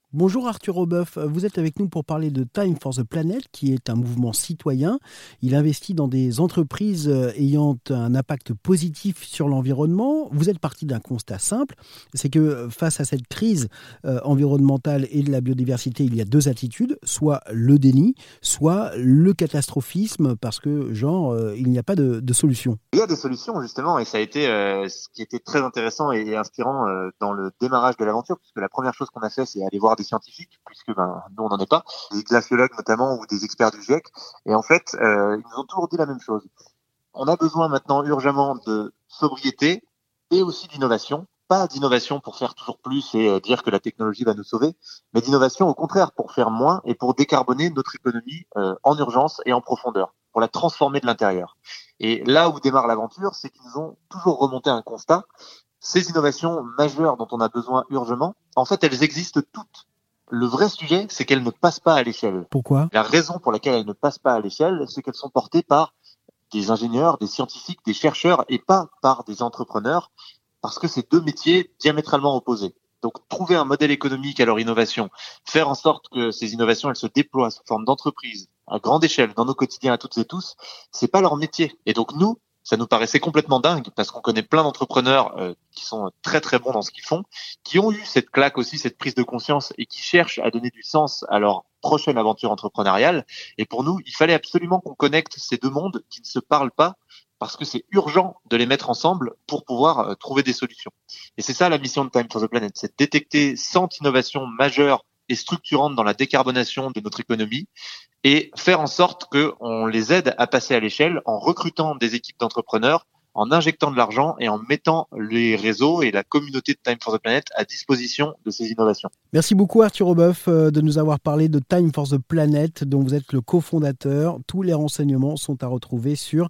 Bonjour Arthur Aubeuf, vous êtes avec nous pour parler de Time for the Planet, qui est un mouvement citoyen. Il investit dans des entreprises ayant un impact positif sur l'environnement. Vous êtes parti d'un constat simple, c'est que face à cette crise environnementale et de la biodiversité, il y a deux attitudes, soit le déni, soit le catastrophisme, parce que il n'y a pas de solution. Il y a des solutions justement, et ça a été ce qui était très intéressant et inspirant dans le démarrage de l'aventure, puisque la première chose qu'on a fait, c'est aller voir des scientifiques, puisque nous on n'en est pas, des glaciologues notamment ou des experts du GIEC, et en fait ils nous ont toujours dit la même chose. On a besoin maintenant urgemment de sobriété et aussi d'innovation. Pas d'innovation pour faire toujours plus et dire que la technologie va nous sauver, mais d'innovation au contraire pour faire moins et pour décarboner notre économie en urgence et en profondeur, pour la transformer de l'intérieur. Et là où démarre l'aventure, c'est qu'ils nous ont toujours remonté un constat. Ces innovations majeures dont on a besoin urgemment, en fait, elles existent toutes. Le vrai sujet, c'est qu'elles ne passent pas à l'échelle. Pourquoi ? La raison pour laquelle elles ne passent pas à l'échelle, c'est qu'elles sont portées par des ingénieurs, des scientifiques, des chercheurs et pas par des entrepreneurs, parce que c'est deux métiers diamétralement opposés. Donc, trouver un modèle économique à leur innovation, faire en sorte que ces innovations, elles se déploient sous forme d'entreprise, à grande échelle, dans nos quotidiens à toutes et tous, c'est pas leur métier. Et donc, nous, ça nous paraissait complètement dingue, parce qu'on connaît plein d'entrepreneurs qui sont très très bons dans ce qu'ils font, qui ont eu cette claque aussi, cette prise de conscience, et qui cherchent à donner du sens à leur prochaine aventure entrepreneuriale. Et pour nous, il fallait absolument qu'on connecte ces deux mondes qui ne se parlent pas, parce que c'est urgent de les mettre ensemble pour pouvoir trouver des solutions. Et c'est ça la mission de Time for the Planet, c'est de détecter 100 innovations majeures et structurantes dans la décarbonation de notre économie et faire en sorte qu'on les aide à passer à l'échelle en recrutant des équipes d'entrepreneurs, en injectant de l'argent et en mettant les réseaux et la communauté de Time for the Planet à disposition de ces innovations. Merci beaucoup Arthur Aubeuf de nous avoir parlé de Time for the Planet, dont vous êtes le cofondateur. Tous les renseignements sont à retrouver sur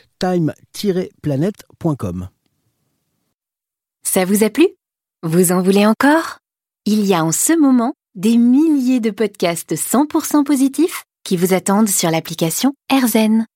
time-planet.com. Ça vous a plu ? Vous en voulez encore ? Il y a en ce moment des milliers de podcasts 100% positifs qui vous attendent sur l'application AirZen.